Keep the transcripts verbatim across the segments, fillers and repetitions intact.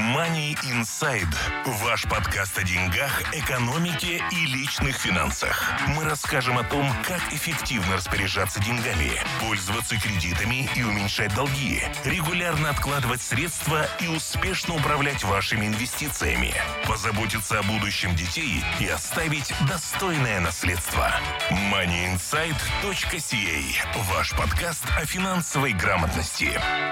Money Inside. Ваш подкаст о деньгах, экономике и личных финансах. Мы расскажем о том, как эффективно распоряжаться деньгами, пользоваться кредитами и уменьшать долги, регулярно откладывать средства и успешно управлять вашими инвестициями, позаботиться о будущем детей и оставить достойное наследство. мани инсайд точка си эй. Ваш подкаст о финансовой грамотности.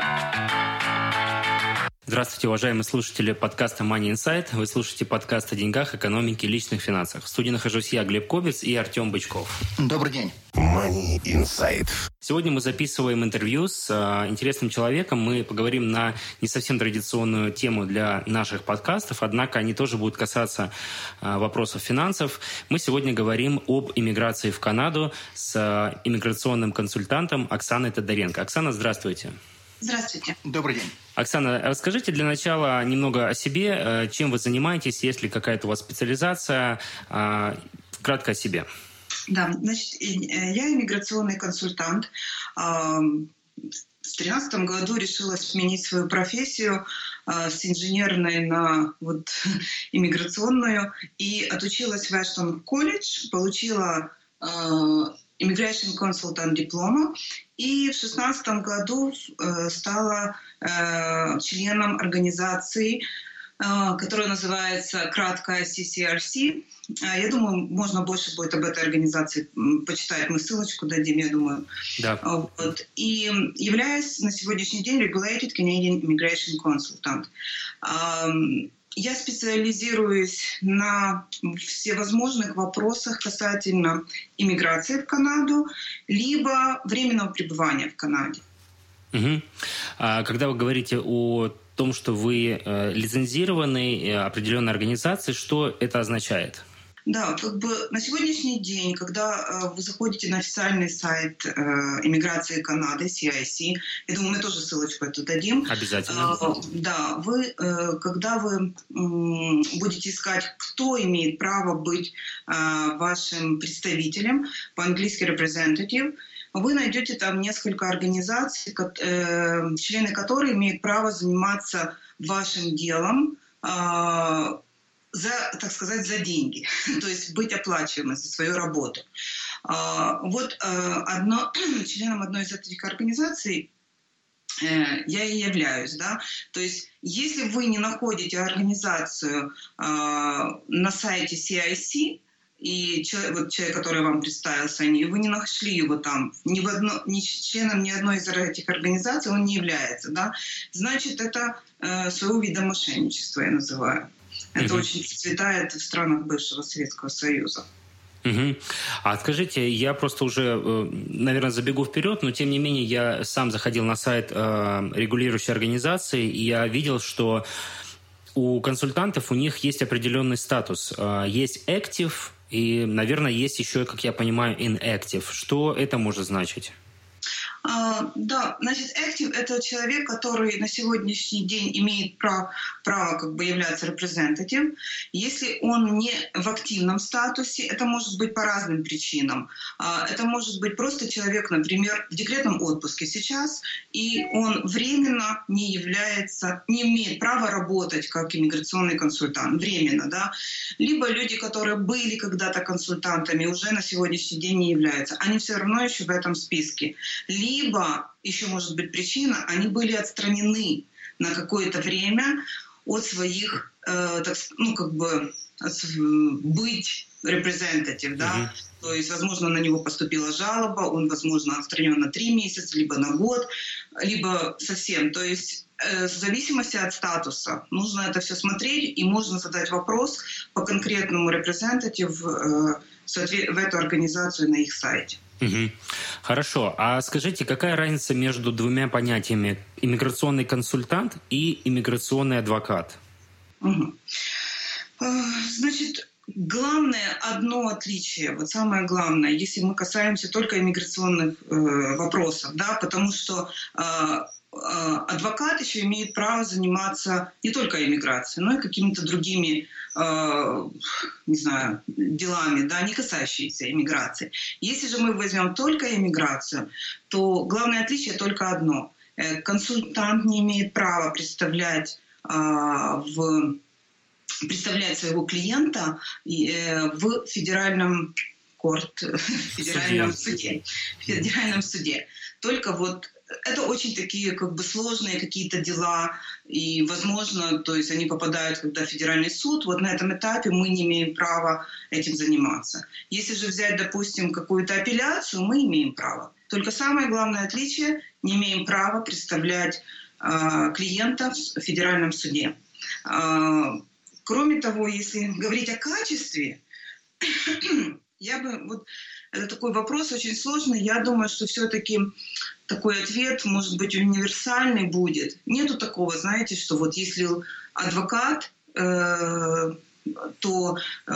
Здравствуйте, уважаемые слушатели подкаста Money Inside. Вы слушаете подкаст о деньгах, экономике и личных финансах. В студии нахожусь я, Глеб Кобец, и Артем Бычков. Добрый день. Money Inside. Сегодня мы записываем интервью с э, интересным человеком. Мы поговорим на не совсем традиционную тему для наших подкастов, однако они тоже будут касаться э, вопросов финансов. Мы сегодня говорим об иммиграции в Канаду с э, иммиграционным консультантом Оксаной Тодоренко. Оксана, здравствуйте. Здравствуйте. Добрый день. Оксана, расскажите для начала немного о себе, чем вы занимаетесь, есть ли какая-то у вас специализация, кратко о себе. Да, значит, я иммиграционный консультант. В две тысячи тринадцатом году решила сменить свою профессию с инженерной на вот, иммиграционную и отучилась в Эштон колледж, получила Immigration Consultant диплома, и в две тысячи шестнадцатом году э, стала э, членом организации, э, которая называется кратко си си ар си. Э, я думаю, можно больше будет об этой организации почитать. Мы ссылочку дадим, я думаю. Да. Вот. И являюсь на сегодняшний день Regulated Canadian Immigration Consultant. Э, Я специализируюсь на всевозможных вопросах касательно иммиграции в Канаду, либо временного пребывания в Канаде. Угу. А когда вы говорите о том, что вы э, лицензированный определенной организацией, что это означает? Да, как бы на сегодняшний день, когда э, вы заходите на официальный сайт э, иммиграции Канады, си ай си, я думаю, мы тоже ссылочку эту дадим. Обязательно. Э, да, вы, э, когда вы э, будете искать, кто имеет право быть э, вашим представителем, по-английски representative, вы найдете там несколько организаций, э, члены которых имеют право заниматься вашим делом, э, за, так сказать, за деньги, то есть быть оплачиваемым за свою работу. Вот одно, членом одной из этих организаций я и являюсь. Да? То есть если вы не находите организацию на сайте си ай си, и человек, вот человек, который вам представился, вы не нашли его там, ни, в одно, ни членом ни одной из этих организаций он не является, да? Значит, это э, своего вида мошенничества, я называю. Это mm-hmm. очень процветает в странах бывшего Советского Союза. Угу. А скажите, я просто уже, наверное, забегу вперед, но тем не менее я сам заходил на сайт э, регулирующей организации, и я видел, что у консультантов у них есть определенный статус. Э, есть active, и, наверное, есть еще, как я понимаю, inactive. Что это может значить? Uh, да, значит, active — это человек, который на сегодняшний день имеет право, право как бы являться representative. Если он не в активном статусе, это может быть по разным причинам. Uh, это может быть просто человек, например, в декретном отпуске сейчас, и он временно не является, не имеет права работать как иммиграционный консультант, временно, да. Либо люди, которые были когда-то консультантами, уже на сегодняшний день не являются. Они все равно еще в этом списке. Либо, еще может быть причина, они были отстранены на какое-то время от своих, э, так, ну, как бы, от, быть representative, да, mm-hmm. То есть, возможно, на него поступила жалоба, он, возможно, отстранен на три месяца, либо на год, либо совсем. То есть, э, в зависимости от статуса нужно это все смотреть, и можно задать вопрос по конкретному representative э, в эту организацию на их сайте. Угу. Хорошо. А скажите, какая разница между двумя понятиями иммиграционный консультант и иммиграционный адвокат? Угу. Значит, главное одно отличие, вот самое главное, если мы касаемся только иммиграционных э, вопросов, да, потому что э, адвокат еще имеет право заниматься не только иммиграцией, но и какими-то другими, э, не знаю, делами, да, не касающиеся иммиграции. Если же мы возьмем только иммиграцию, то главное отличие только одно. Консультант не имеет права представлять в, представлять своего клиента в федеральном корт, федеральном суде. В федеральном суде. Только вот это очень такие как бы сложные какие-то дела, и, возможно, то есть они попадают когда в федеральный суд. Вот на этом этапе мы не имеем права этим заниматься. Если же взять, допустим, какую-то апелляцию, мы имеем право. Только самое главное отличие – не имеем права представлять э, клиента в федеральном суде. Э, кроме того, если говорить о качестве, я бы... Вот, это такой вопрос очень сложный. Я думаю, что все-таки такой ответ, может быть, универсальный будет. Нету такого, знаете, что вот если адвокат, э, то э,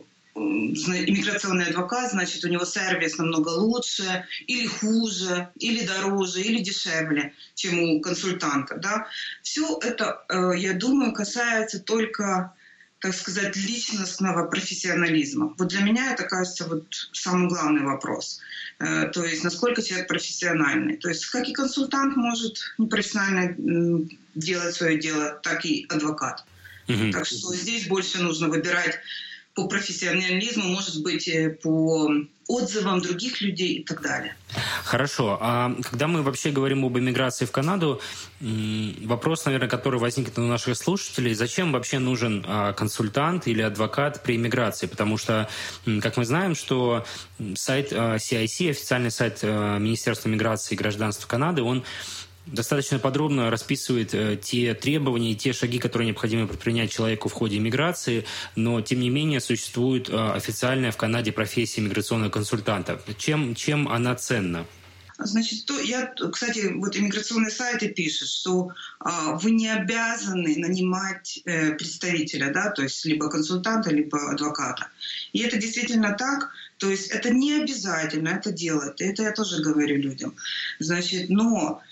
иммиграционный адвокат, значит, у него сервис намного лучше, или хуже, или дороже, или дешевле, чем у консультанта. Да? Все это, э, я думаю, касается только, так сказать, личностного профессионализма. Вот для меня это, кажется, вот самый главный вопрос. Э, то есть, насколько человек профессиональный. То есть, как и консультант может непрофессионально делать свое дело, так и адвокат. Mm-hmm. Так что здесь больше нужно выбирать по профессионализму, может быть, по отзывам других людей и так далее. Хорошо. А когда мы вообще говорим об эмиграции в Канаду, вопрос, наверное, который возникнет у наших слушателей, зачем вообще нужен консультант или адвокат при эмиграции? Потому что, как мы знаем, что сайт си ай си, официальный сайт Министерства миграции и гражданства Канады, он достаточно подробно расписывает э, те требования и те шаги, которые необходимо предпринять человеку в ходе иммиграции, но, тем не менее, существует э, официальная в Канаде профессия иммиграционного консультанта. Чем, чем она ценна? Значит, то я, кстати, вот иммиграционные сайты пишут, что а, вы не обязаны нанимать э, представителя, да, то есть либо консультанта, либо адвоката. И это действительно так, то есть это не обязательно это делать, это я тоже говорю людям. Значит, но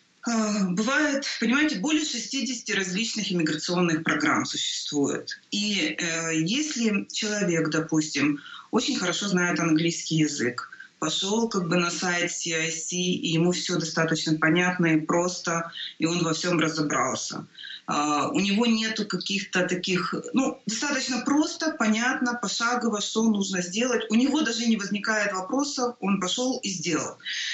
бывает, понимаете, более шестьдесят различных иммиграционных программ существует. И э, если человек, допустим, очень хорошо знает английский язык, пошел как бы на сайт си ай си, и ему все достаточно понятно и просто, и он во всем разобрался. Uh, у него нету каких-то таких, ну, достаточно просто, понятно, пошагово, что нужно сделать. У него даже не возникает вопросов, он пошел и сделал.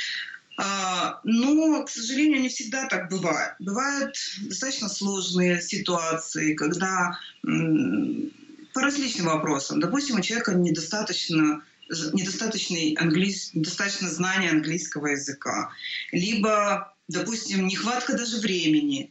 Но, к сожалению, не всегда так бывает. Бывают достаточно сложные ситуации, когда по различным вопросам, допустим, у человека недостаточно, недостаточный английс, недостаточно знания английского языка, либо, допустим, нехватка даже времени.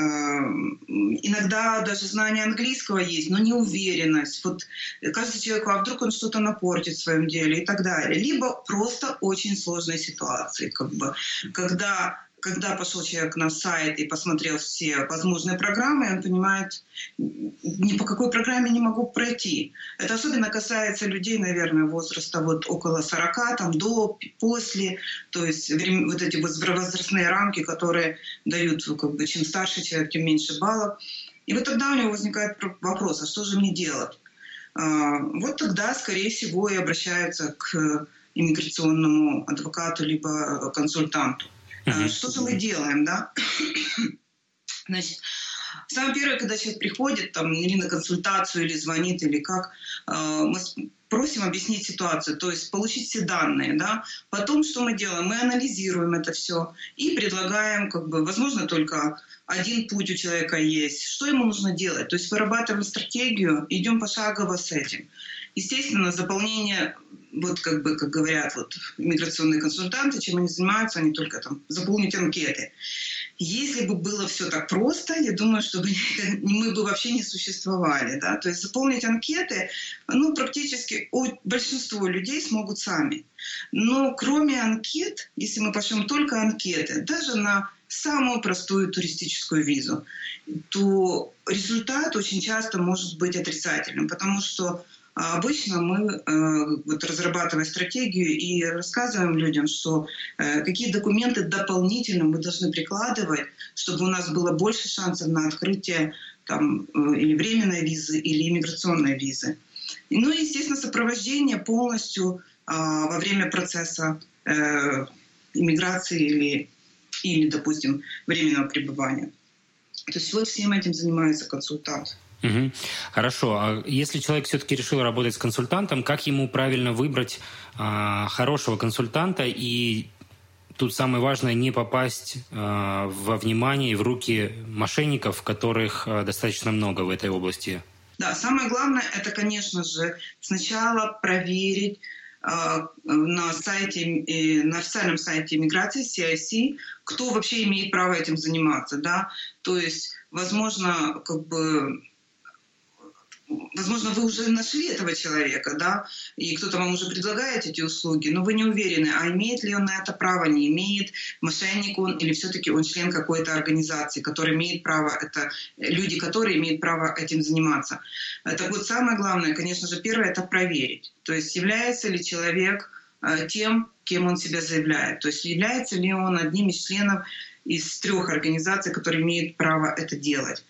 Иногда даже знание английского есть, но неуверенность. Вот кажется человеку, а вдруг он что-то напортит в своем деле и так далее. Либо просто очень сложные ситуации, как бы, когда, когда пошел человек на сайт и посмотрел все возможные программы, он понимает, ни по какой программе не могу пройти. Это особенно касается людей, наверное, возраста вот около сорока, там, до, после, то есть время, вот эти вот возрастные рамки, которые дают, как бы, чем старше человек, тем меньше баллов. И вот тогда у него возникает вопрос, а что же мне делать? Вот тогда, скорее всего, и обращаются к иммиграционному адвокату либо консультанту. Mm-hmm. Что же мы делаем, да? Значит, самое первое, когда человек приходит там, или на консультацию, или звонит, или как, мы просим объяснить ситуацию, то есть получить все данные. Да? Потом что мы делаем? Мы анализируем это все и предлагаем, как бы, возможно, только один путь у человека есть. Что ему нужно делать? То есть вырабатываем стратегию, идем пошагово с этим. Естественно, заполнение, вот как бы, как говорят вот, иммиграционные консультанты, чем они занимаются, они только там заполнить анкеты. Если бы было все так просто, я думаю, что мы бы вообще не существовали. Да? То есть заполнить анкеты, ну, практически большинство людей смогут сами. Но кроме анкет, если мы пошлем только анкеты, даже на самую простую туристическую визу, то результат очень часто может быть отрицательным, потому что обычно мы, вот, разрабатывая стратегию и рассказываем людям, что какие документы дополнительно мы должны прикладывать, чтобы у нас было больше шансов на открытие там, или временной визы, или иммиграционной визы. Ну и, естественно, сопровождение полностью во время процесса иммиграции или, или, допустим, временного пребывания. То есть вот всем этим занимается консультант. Угу. Хорошо. А если человек все-таки решил работать с консультантом, как ему правильно выбрать а, хорошего консультанта? И тут самое важное не попасть а, во внимание и в руки мошенников, которых а, достаточно много в этой области. Да, самое главное — это, конечно же, сначала проверить а, на сайте, на официальном сайте иммиграции си ай си, кто вообще имеет право этим заниматься, да. То есть, возможно, как бы Возможно, вы уже нашли этого человека, да, и кто-то вам уже предлагает эти услуги, но вы не уверены, а имеет ли он на это право, не имеет, мошенник он или все-таки он член какой-то организации, который имеет право, это люди, которые имеют право этим заниматься. Так вот, самое главное, конечно же, первое — это проверить. То есть является ли человек тем, кем он себя заявляет. То есть является ли он одним из членов из трех организаций, которые имеют право это делать.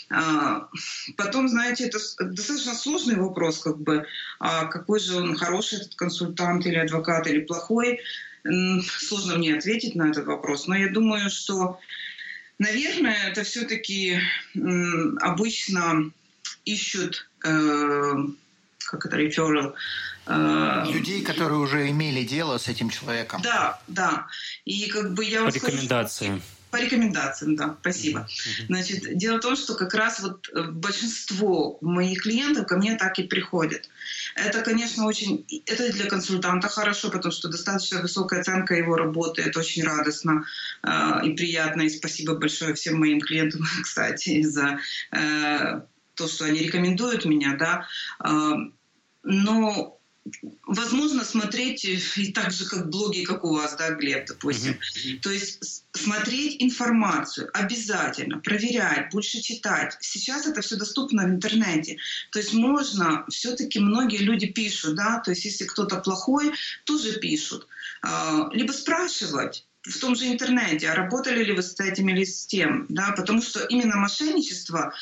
Потом, знаете, это достаточно сложный вопрос, как бы, какой же он, хороший этот консультант или адвокат, или плохой. Сложно мне ответить на этот вопрос, но я думаю, что, наверное, это все-таки обычно ищут, как это, referral, людей, которые уже имели дело с этим человеком. Да, да. И как бы я По рекомендациям. По рекомендациям, да, спасибо. Uh-huh. Значит, дело в том, что как раз вот большинство моих клиентов ко мне так и приходят. Это, конечно, очень... Это для консультанта хорошо, потому что достаточно высокая оценка его работы. Это очень радостно э, и приятно. И спасибо большое всем моим клиентам, кстати, за э, то, что они рекомендуют меня, да. Э, но... Возможно, смотреть и так же, как блоги, как у вас, да, Глеб, допустим. Mm-hmm. То есть смотреть информацию обязательно, проверять, больше читать. Сейчас это все доступно в интернете. То есть можно, все-таки многие люди пишут, да, то есть если кто-то плохой, тоже пишут. Либо спрашивать в том же интернете, а работали ли вы с этим или с тем, да, потому что именно мошенничество...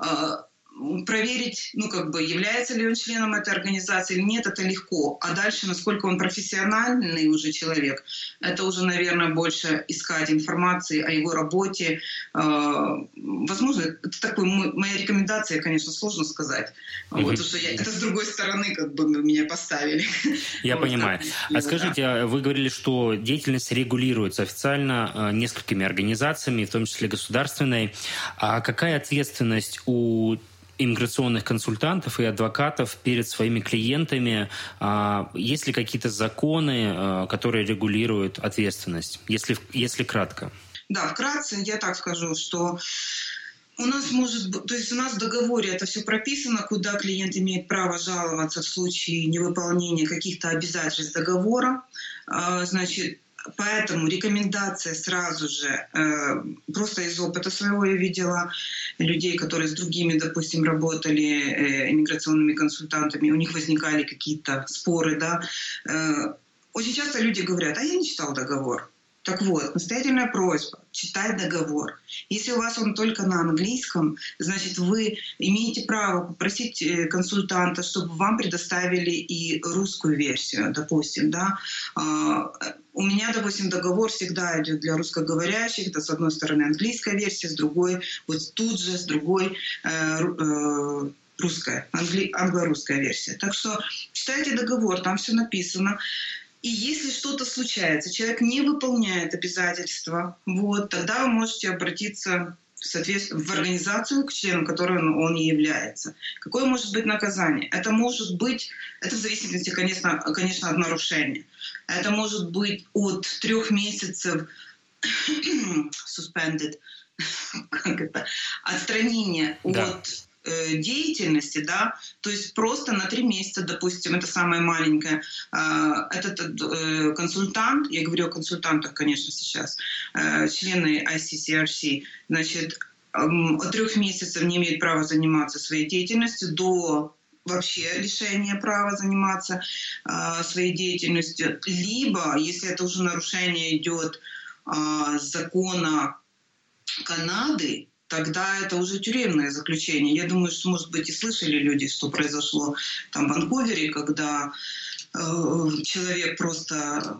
Проверить, ну, как бы, является ли он членом этой организации или нет, это легко. А дальше, насколько он профессиональный уже человек, это уже, наверное, больше искать информации о его работе. Возможно, это такой, моя рекомендация, конечно, сложно сказать. Mm-hmm. Вот, потому что я, это с другой стороны, как бы, меня поставили. Я вот, понимаю. так, а скажите, да. Вы говорили, что деятельность регулируется официально несколькими организациями, в том числе государственной. А какая ответственность у иммиграционных консультантов и адвокатов перед своими клиентами? Есть ли какие-то законы, которые регулируют ответственность, если, если кратко? Да, вкратце я так скажу, что у нас может быть, то есть у нас в договоре это все прописано, куда клиент имеет право жаловаться в случае невыполнения каких-то обязательств договора. Значит, поэтому рекомендация сразу же, э, просто из опыта своего я видела людей, которые с другими, допустим, работали э, иммиграционными консультантами, у них возникали какие-то споры, да. Э, очень часто люди говорят: а я не читал договор. Так вот, настоятельная просьба — читать договор. Если у вас он только на английском, значит, вы имеете право попросить консультанта, чтобы вам предоставили и русскую версию, допустим, да. У меня, допустим, договор всегда идет для русскоговорящих. Это, с одной стороны, английская версия, с другой, вот тут же, с другой русская, англи, англо-русская версия. Так что читайте договор, там все написано. И если что-то случается, человек не выполняет обязательства, вот, тогда вы можете обратиться в, в организацию, к члену которой он, он и является. Какое может быть наказание? Это может быть, это в зависимости, конечно, конечно, от нарушения. Это может быть от трех месяцев suspended, как это, отстранение да. от деятельности, да, то есть просто на три месяца, допустим, это самое маленькое. Этот консультант, я говорю о консультантах, конечно, сейчас, члены ай си си ар си, значит, от трех месяцев не имеют права заниматься своей деятельностью до вообще лишения права заниматься своей деятельностью, либо, если это уже нарушение идет закона Канады, тогда это уже тюремное заключение. Я думаю, что, может быть, и слышали люди, что произошло там в Ванкувере, когда человек просто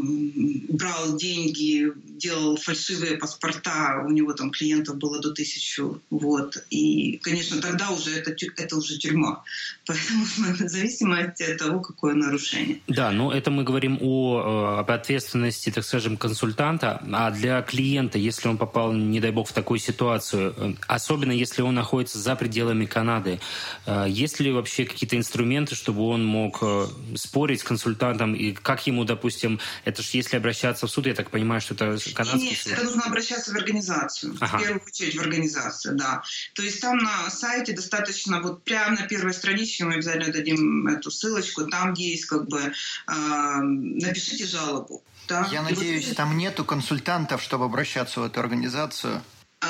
брал деньги, делал фальшивые паспорта, у него там клиентов было до тысячи, вот. И, конечно, тогда уже это, это уже тюрьма. Поэтому в зависимости от того, какое нарушение. Да, но это мы говорим о, об ответственности, так скажем, консультанта, а для клиента, если он попал, не дай бог, в такую ситуацию, особенно если он находится за пределами Канады, есть ли вообще какие-то инструменты, чтобы он мог спорить с консультантом, и как ему, допустим, это же если обращаться в суд, я так понимаю, что это канадский Нет, суд? это нужно обращаться в организацию, ага. в первую очередь в организацию, да. То есть там на сайте достаточно, вот прямо на первой страничке, мы обязательно дадим эту ссылочку, там есть как бы, э, напишите жалобу. Да? Я надеюсь, вот, там нету консультантов, чтобы обращаться в эту организацию?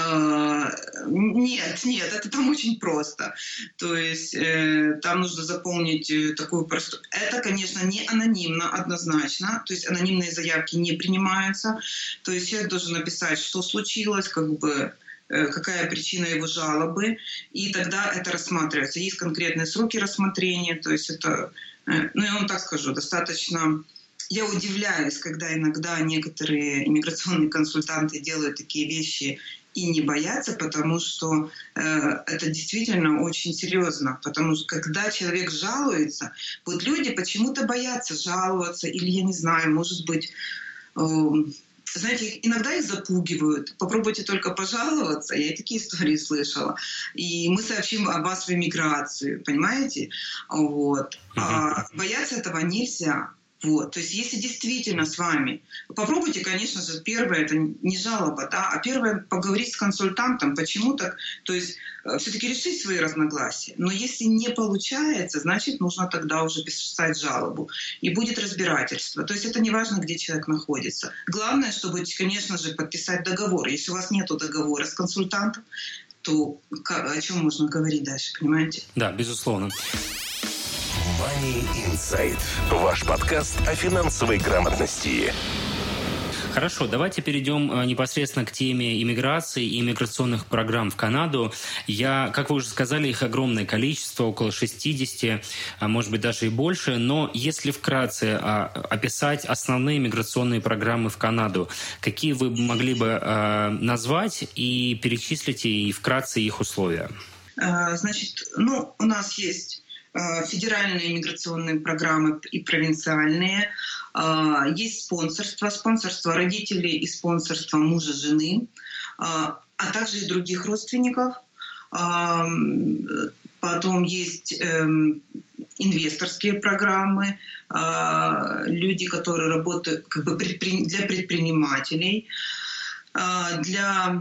Uh, нет, нет, это там очень просто. То есть э, там нужно заполнить такую простую... Это, конечно, не анонимно, однозначно. То есть анонимные заявки не принимаются. То есть человек должен написать, что случилось, как бы, э, какая причина его жалобы, и тогда это рассматривается. Есть конкретные сроки рассмотрения. То есть это, э, ну я вам так скажу, достаточно... Я удивляюсь, когда иногда некоторые иммиграционные консультанты делают такие вещи и не боятся, потому что э, это действительно очень серьезно. Потому что когда человек жалуется, вот люди почему-то боятся жаловаться, или я не знаю, может быть, э, знаете, иногда их запугивают. Попробуйте только пожаловаться. Я и такие истории слышала. И мы сообщим о вас в иммиграцию, понимаете? Вот. А бояться этого нельзя. Вот. То есть если действительно с вами... Попробуйте, конечно же, первое, это не жалоба, да, а первое поговорить с консультантом, почему так, то есть все-таки решить свои разногласия. Но если не получается, значит, нужно тогда уже писать жалобу. И будет разбирательство. То есть это не важно, где человек находится. Главное, чтобы, конечно же, подписать договор. Если у вас нет договора с консультантом, то о чем можно говорить дальше, понимаете? Да, безусловно. Money Insight. Ваш подкаст о финансовой грамотности. Хорошо, давайте перейдем непосредственно к теме иммиграции и иммиграционных программ в Канаду. Я, как вы уже сказали, их огромное количество, около шестьдесят, а может быть даже и больше. Но если вкратце описать основные иммиграционные программы в Канаду, какие вы могли бы назвать и перечислить и вкратце их условия? Значит, ну, у нас есть федеральные иммиграционные программы и провинциальные. Есть спонсорство, спонсорство родителей и спонсорство мужа, жены, а также и других родственников. Потом есть инвесторские программы, люди, которые работают как бы для предпринимателей, для...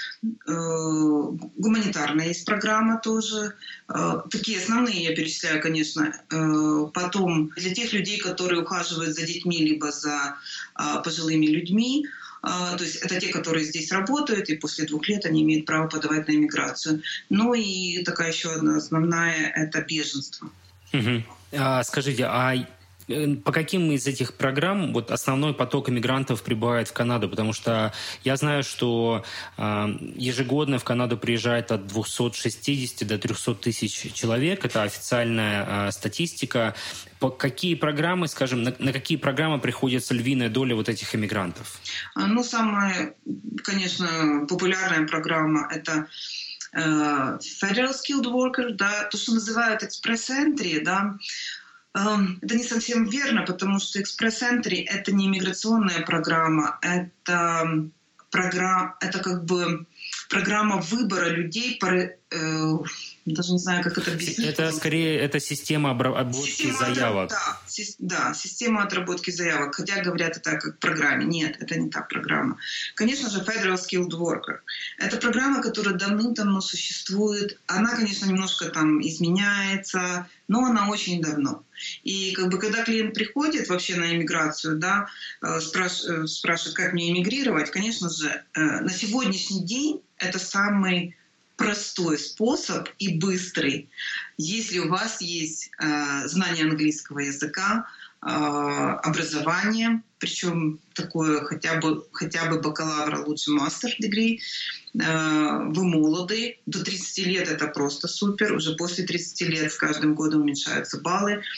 Гуманитарная есть программа тоже. Такие основные я перечисляю, конечно. Потом для тех людей, которые ухаживают за детьми либо за пожилыми людьми. То есть это те, которые здесь работают, и после двух лет они имеют право подавать на иммиграцию. Ну и такая еще одна основная – это беженство. Угу. А, скажите, а по каким из этих программ вот основной поток иммигрантов прибывает в Канаду? Потому что я знаю, что э, ежегодно в Канаду приезжает от двухсот шестидесяти до трехсот тысяч человек. Это официальная э, статистика. По какие программы, скажем, на, на какие программы приходится львиная доля вот этих иммигрантов? Ну, самая, конечно, популярная программа – это э, Federal Skilled Worker, да, то, что называют экспресс-энтри, да. Это не совсем верно, потому что экспресс-энтри — это не иммиграционная программа, это, программа, это как бы программа выбора людей, по, э, даже не знаю, как это объяснить. Это скорее это система обработки система заявок. Да, си, да, система отработки заявок. Хотя говорят это как программе. Нет, это не та программа. Конечно же, Federal Skilled Worker. Это программа, которая давным-давно существует. Она, конечно, немножко там изменяется, но она очень давно. И как бы когда клиент приходит вообще на иммиграцию, да, спраш- спрашивает, как мне эмигрировать, конечно же, на сегодняшний день это самый простой способ и быстрый. Если у вас есть э, знание английского языка, э, образование, причем такое хотя бы, хотя бы бакалавра, лучше мастер degree, э, вы молоды, до тридцати лет это просто супер, уже после тридцати лет с каждым годом уменьшаются баллы.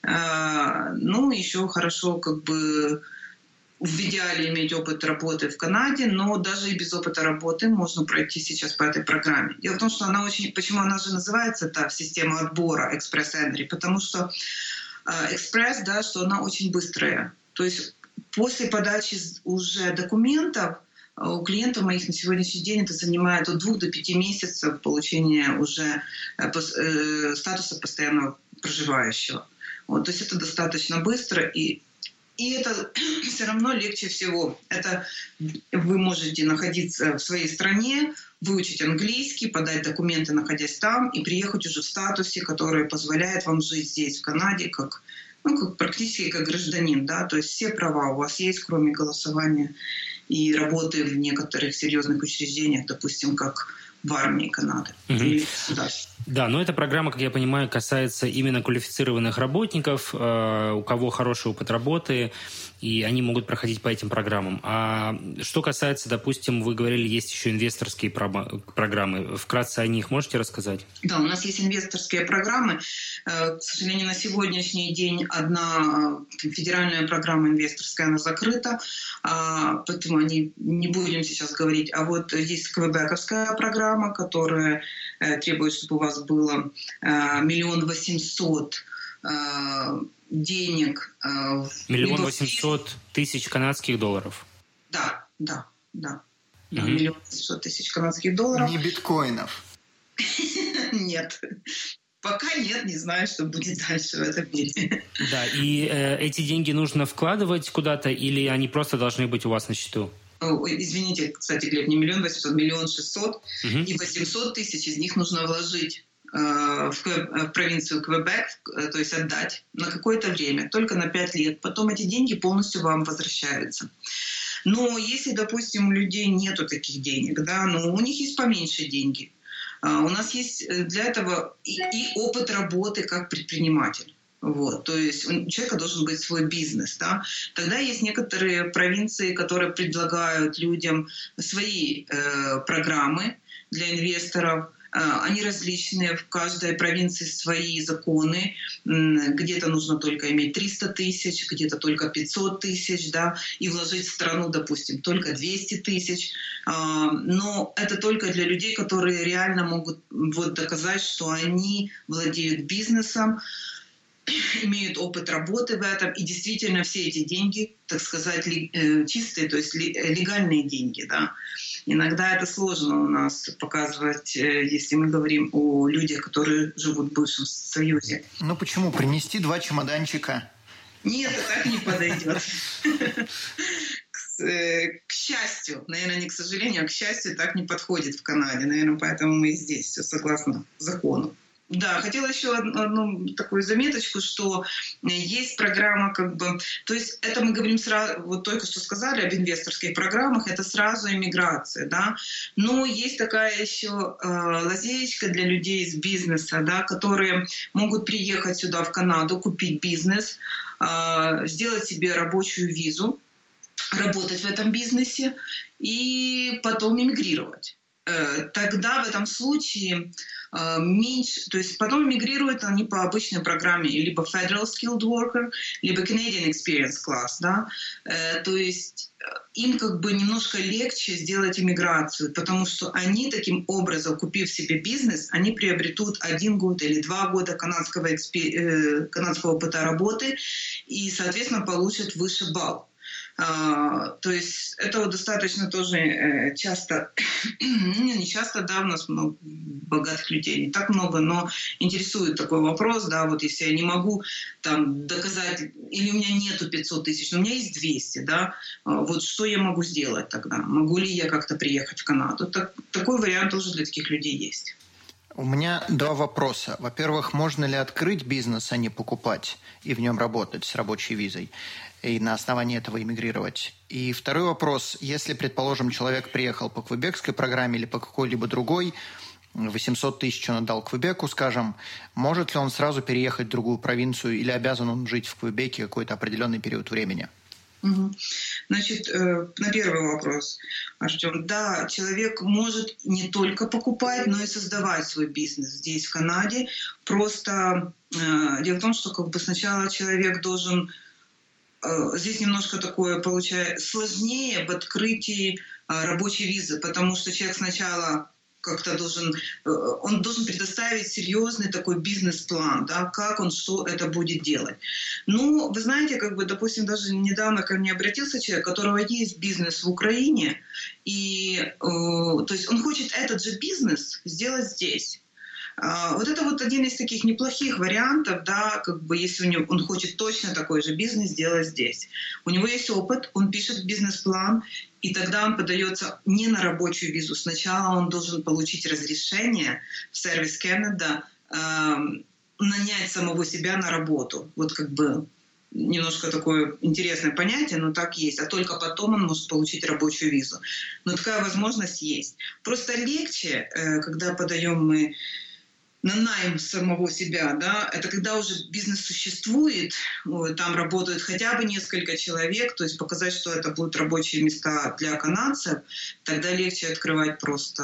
Ну, еще хорошо как бы в идеале иметь опыт работы в Канаде, но даже и без опыта работы можно пройти сейчас по этой программе. Дело в том, что она очень... Почему она же называется так, система отбора экспресс-энтри? Потому что экспресс, да, что она очень быстрая. То есть после подачи уже документов у клиентов моих на сегодняшний день это занимает от двух до пяти месяцев получения уже статуса постоянного проживающего. Вот, то есть это достаточно быстро, и, и это все равно легче всего. Это вы можете находиться в своей стране, выучить английский, подать документы, находясь там, и приехать уже в статусе, который позволяет вам жить здесь, в Канаде, как, ну, как, практически как гражданин. Да? То есть все права у вас есть, кроме голосования и работы в некоторых серьезных учреждениях, допустим, как в армии Канады. Угу. Или да, но эта программа, как я понимаю, касается именно квалифицированных работников, э, у кого хороший опыт работы, и они могут проходить по этим программам. А что касается, допустим, вы говорили, есть еще инвесторские про- программы. Вкратце о них можете рассказать? Да, у нас есть инвесторские программы. К сожалению, на сегодняшний день одна федеральная программа инвесторская, она закрыта, поэтому они, не будем сейчас говорить. А вот есть квебековская программа, которая требует, чтобы у вас было миллион восемьсот денег. Миллион восемьсот тысяч канадских долларов. Да, да, да. Угу. Миллион восемьсот тысяч канадских долларов. Не биткоинов. Нет. Пока нет, не знаю, что будет дальше в этом мире. Да, и э, эти деньги нужно вкладывать куда-то, или они просто должны быть у вас на счету? Извините, кстати, Глеб, не миллион восемьсот, миллион шестьсот, угу. И восемьсот тысяч из них нужно вложить э, в, в провинцию Квебек, то есть отдать на какое-то время, только на пять лет. Потом эти деньги полностью вам возвращаются. Но если, допустим, у людей нету таких денег, да, но у них есть поменьше деньги, у нас есть для этого и, и опыт работы как предприниматель. Вот, то есть у человека должен быть свой бизнес. Да? Тогда есть некоторые провинции, которые предлагают людям свои э, программы для инвесторов. Они различные, в каждой провинции свои законы. Где-то нужно только иметь триста тысяч, где-то только пятьсот тысяч, да, и вложить в страну, допустим, только двести тысяч. Но это только для людей, которые реально могут вот доказать, что они владеют бизнесом, имеют опыт работы в этом, и действительно все эти деньги, так сказать, чистые, то есть легальные деньги, да. Иногда это сложно у нас показывать, если мы говорим о людях, которые живут в бывшем Союзе. Ну почему? Принести два чемоданчика? Нет, это так не подойдет. К счастью, наверное, не к сожалению, а к счастью, так не подходит в Канаде. Наверное, поэтому мы и здесь все согласно закону. Да, хотела еще одну, одну такую заметочку, что есть программа, как бы, то есть это мы говорим сразу, вот только что сказали об инвесторских программах, это сразу иммиграция, да, но есть такая еще э, лазеечка для людей из бизнеса, да, которые могут приехать сюда в Канаду, купить бизнес, э, сделать себе рабочую визу, работать в этом бизнесе и потом эмигрировать. Тогда в этом случае э, меньше, то есть потом мигрируют они по обычной программе либо Federal Skilled Worker, либо Canadian Experience Class, да, э, то есть им как бы немножко легче сделать иммиграцию, потому что они таким образом, купив себе бизнес, они приобретут один год или два года канадского, экспи, э, канадского опыта работы и, соответственно, получат выше балл. Uh, то есть это достаточно тоже э, часто, ну, не часто, да, у нас много богатых людей, не так много, но интересует такой вопрос, да, вот если я не могу там доказать, или у меня нету пятьсот тысяч, но у меня есть двести, да, вот что я могу сделать тогда? Могу ли я как-то приехать в Канаду? Так, такой вариант тоже для таких людей есть. У меня два вопроса. Во-первых, можно ли открыть бизнес, а не покупать, и в нем работать с рабочей визой, и на основании этого эмигрировать? И второй вопрос. Если, предположим, человек приехал по квебекской программе или по какой-либо другой, восемьсот тысяч он отдал Квебеку, скажем, может ли он сразу переехать в другую провинцию или обязан он жить в Квебеке какой-то определенный период времени? Угу. Значит, на первый вопрос, Артем, да, человек может не только покупать, но и создавать свой бизнес здесь, в Канаде. Просто э, дело в том, что как бы сначала человек должен... Э, здесь немножко такое получается сложнее в открытии э, рабочей визы, потому что человек сначала... как-то должен, он должен предоставить серьезный такой бизнес-план, да, как он, что это будет делать. Ну, вы знаете, как бы, допустим, даже недавно ко мне обратился человек, у которого есть бизнес в Украине, и, э, то есть он хочет этот же бизнес сделать здесь. Uh, вот это вот один из таких неплохих вариантов, да, как бы если у него, он хочет точно такой же бизнес сделать здесь. У него есть опыт, он пишет бизнес-план, и тогда он подается не на рабочую визу. Сначала он должен получить разрешение в Service Canada э, нанять самого себя на работу. Вот как бы немножко такое интересное понятие, но так есть. А только потом он может получить рабочую визу. Но такая возможность есть. Просто легче, э, когда подаем мы на найм самого себя, да, это когда уже бизнес существует, там работают хотя бы несколько человек, то есть показать, что это будут рабочие места для канадцев, тогда легче открывать просто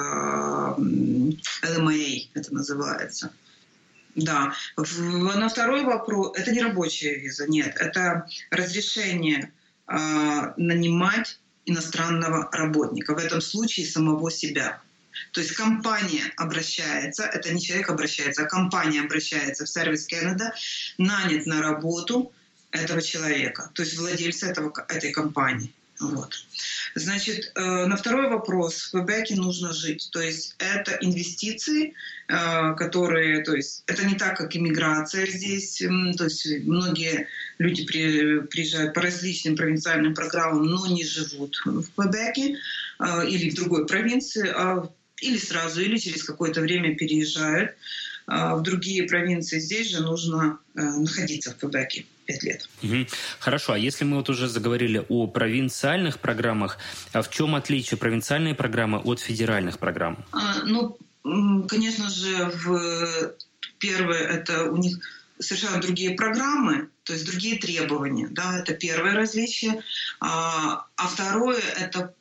эл эм эй, это называется. Да. На второй вопрос, это не рабочая виза, нет, это разрешение э, нанимать иностранного работника, в этом случае самого себя. То есть компания обращается, это не человек обращается, а компания обращается в Service Canada, нанят на работу этого человека, то есть владельца этого, этой компании. Вот. Значит, на второй вопрос, в Квебеке нужно жить. То есть это инвестиции, которые, то есть это не так, как иммиграция здесь. То есть многие люди приезжают по различным провинциальным программам, но не живут в Квебеке или в другой провинции, а или сразу, или через какое-то время переезжают в другие провинции. Здесь же нужно находиться в Квебеке пять лет. Угу. Хорошо, а если мы вот уже заговорили о провинциальных программах, а в чем отличие провинциальной программы от федеральных программ? А, ну, конечно же, в первое, это у них совершенно другие программы, то есть другие требования. Да, это первое различие. А, а второе, это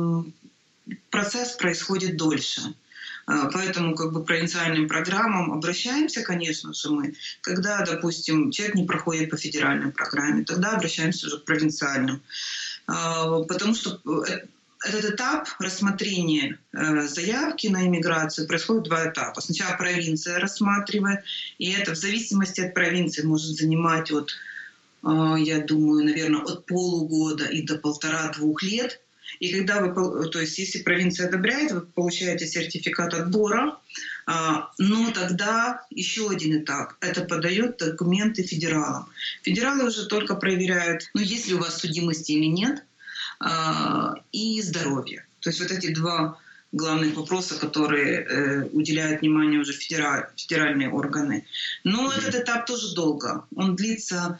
процесс происходит дольше. Поэтому как бы провинциальным программам обращаемся, конечно же, мы. Когда, допустим, человек не проходит по федеральной программе, тогда обращаемся уже к провинциальным. Потому что этот этап рассмотрения заявки на иммиграцию происходит в два этапа. Сначала провинция рассматривает, и это в зависимости от провинции может занимать от, я думаю, наверное, от полугода и до полтора-двух лет. И когда вы, то есть если провинция одобряет, вы получаете сертификат отбора, но тогда еще один этап. Это подает документы федералам. Федералы уже только проверяют, ну, есть ли у вас судимости или нет, и здоровье. То есть вот эти два главных вопроса, которые уделяют внимание уже федеральные органы. Но этот этап тоже долго. Он длится...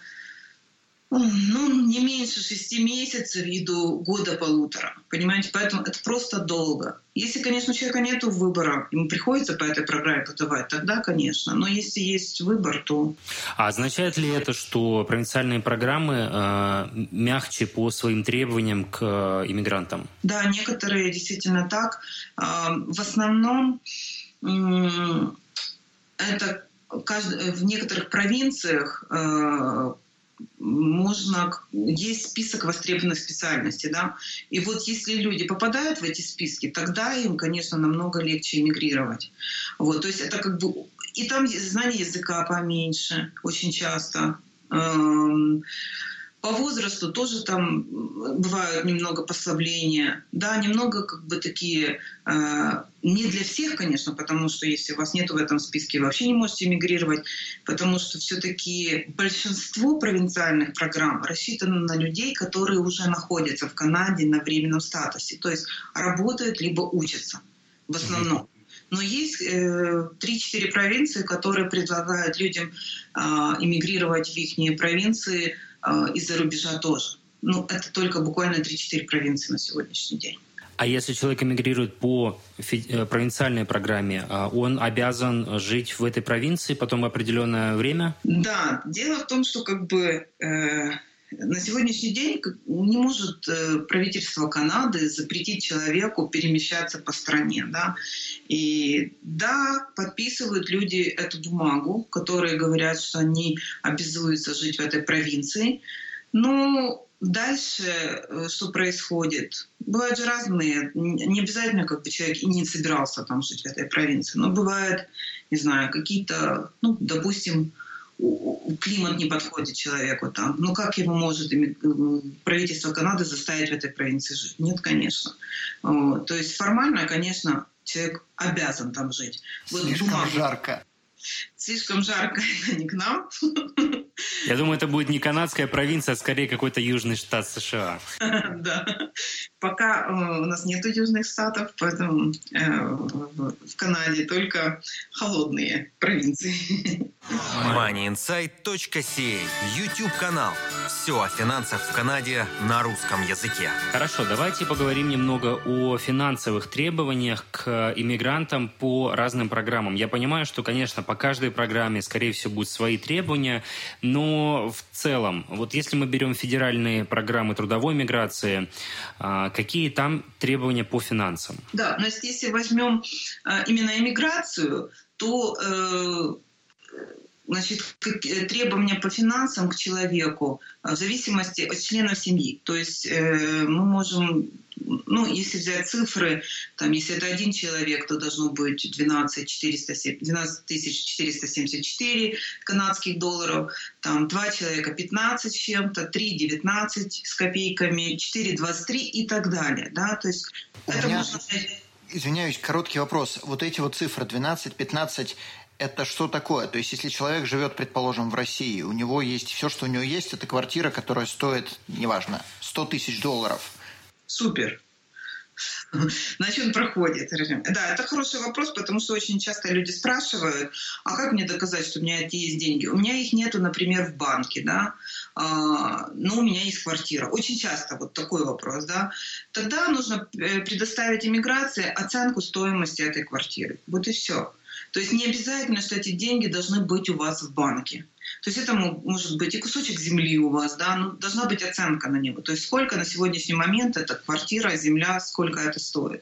Ну, не меньше шести месяцев и до года-полутора. Понимаете? Поэтому это просто долго. Если, конечно, у человека нет выбора, ему приходится по этой программе подавать, тогда, конечно. Но если есть выбор, то... А означает ли это, что провинциальные программы э, мягче по своим требованиям к э, иммигрантам? Да, некоторые действительно так. Э, в основном э, это кажд... в некоторых провинциях э, можно, есть список востребованных специальностей, да, и вот если люди попадают в эти списки, тогда им, конечно, намного легче эмигрировать. Вот, то есть это как бы, и там знание языка поменьше, очень часто. По возрасту тоже там бывают немного послабления, да, немного как бы такие, э, не для всех, конечно, потому что если у вас нет в этом списке, вы вообще не можете эмигрировать, потому что все-таки большинство провинциальных программ рассчитано на людей, которые уже находятся в Канаде на временном статусе, то есть работают либо учатся в основном. Но есть э, три-четыре провинции, которые предлагают людям э, эмигрировать в их провинции из-за рубежа тоже. Ну, это только буквально три-четыре провинции на сегодняшний день. А если человек эмигрирует по провинциальной программе, он обязан жить в этой провинции потом определенное время? Да, дело в том, что как бы э, на сегодняшний день не может правительство Канады запретить человеку перемещаться по стране. Да? И да, подписывают люди эту бумагу, которые говорят, что они обязуются жить в этой провинции. Но дальше что происходит? Бывают же разные. Не обязательно как бы человек и не собирался там жить в этой провинции. Но бывают, не знаю, какие-то, ну, допустим, климат не подходит человеку там. Ну как его может правительство Канады заставить в этой провинции жить? Нет, конечно. Вот. То есть формально, конечно, человек обязан там жить. Слишком вот жарко. Слишком жарко, это не к нам. Я думаю, это будет не канадская провинция, а скорее какой-то южный штат США. Да. Пока у нас нет южных штатов, поэтому в Канаде только холодные провинции. мани инсайт точка си эй. YouTube-канал. Все о финансах в Канаде на русском языке. Хорошо, давайте поговорим немного о финансовых требованиях к иммигрантам по разным программам. Я понимаю, что, конечно, по каждой программе, скорее всего, будут свои требования, но в целом, вот если мы берем федеральные программы трудовой миграции, какие там требования по финансам? Да, но если возьмем именно иммиграцию, то значит, требования по финансам к человеку в зависимости от членов семьи. То есть мы можем, ну, если взять цифры, там, если это один человек, то должно быть двенадцать тысяч четыреста семьдесят четыре канадских долларов, там, два человека пятнадцать с чем-то, три девятнадцать с копейками, четыре двадцать три и так далее. Да? То есть У это меня, можно... Извиняюсь, короткий вопрос. Вот эти вот цифры двенадцать пятнадцать, это что такое? То есть, если человек живет, предположим, в России, у него есть все, что у него есть, это квартира, которая стоит, неважно, сто тысяч долларов. Супер. Значит, он проходит. Да, это хороший вопрос, потому что очень часто люди спрашивают, а как мне доказать, что у меня эти есть деньги? У меня их нету, например, в банке, да, а, но у меня есть квартира. Очень часто вот такой вопрос, да. Тогда нужно предоставить иммиграции оценку стоимости этой квартиры. Вот и все. То есть не обязательно, что эти деньги должны быть у вас в банке. То есть это может быть и кусочек земли у вас, да, но должна быть оценка на него. То есть сколько на сегодняшний момент эта квартира, земля, сколько это стоит.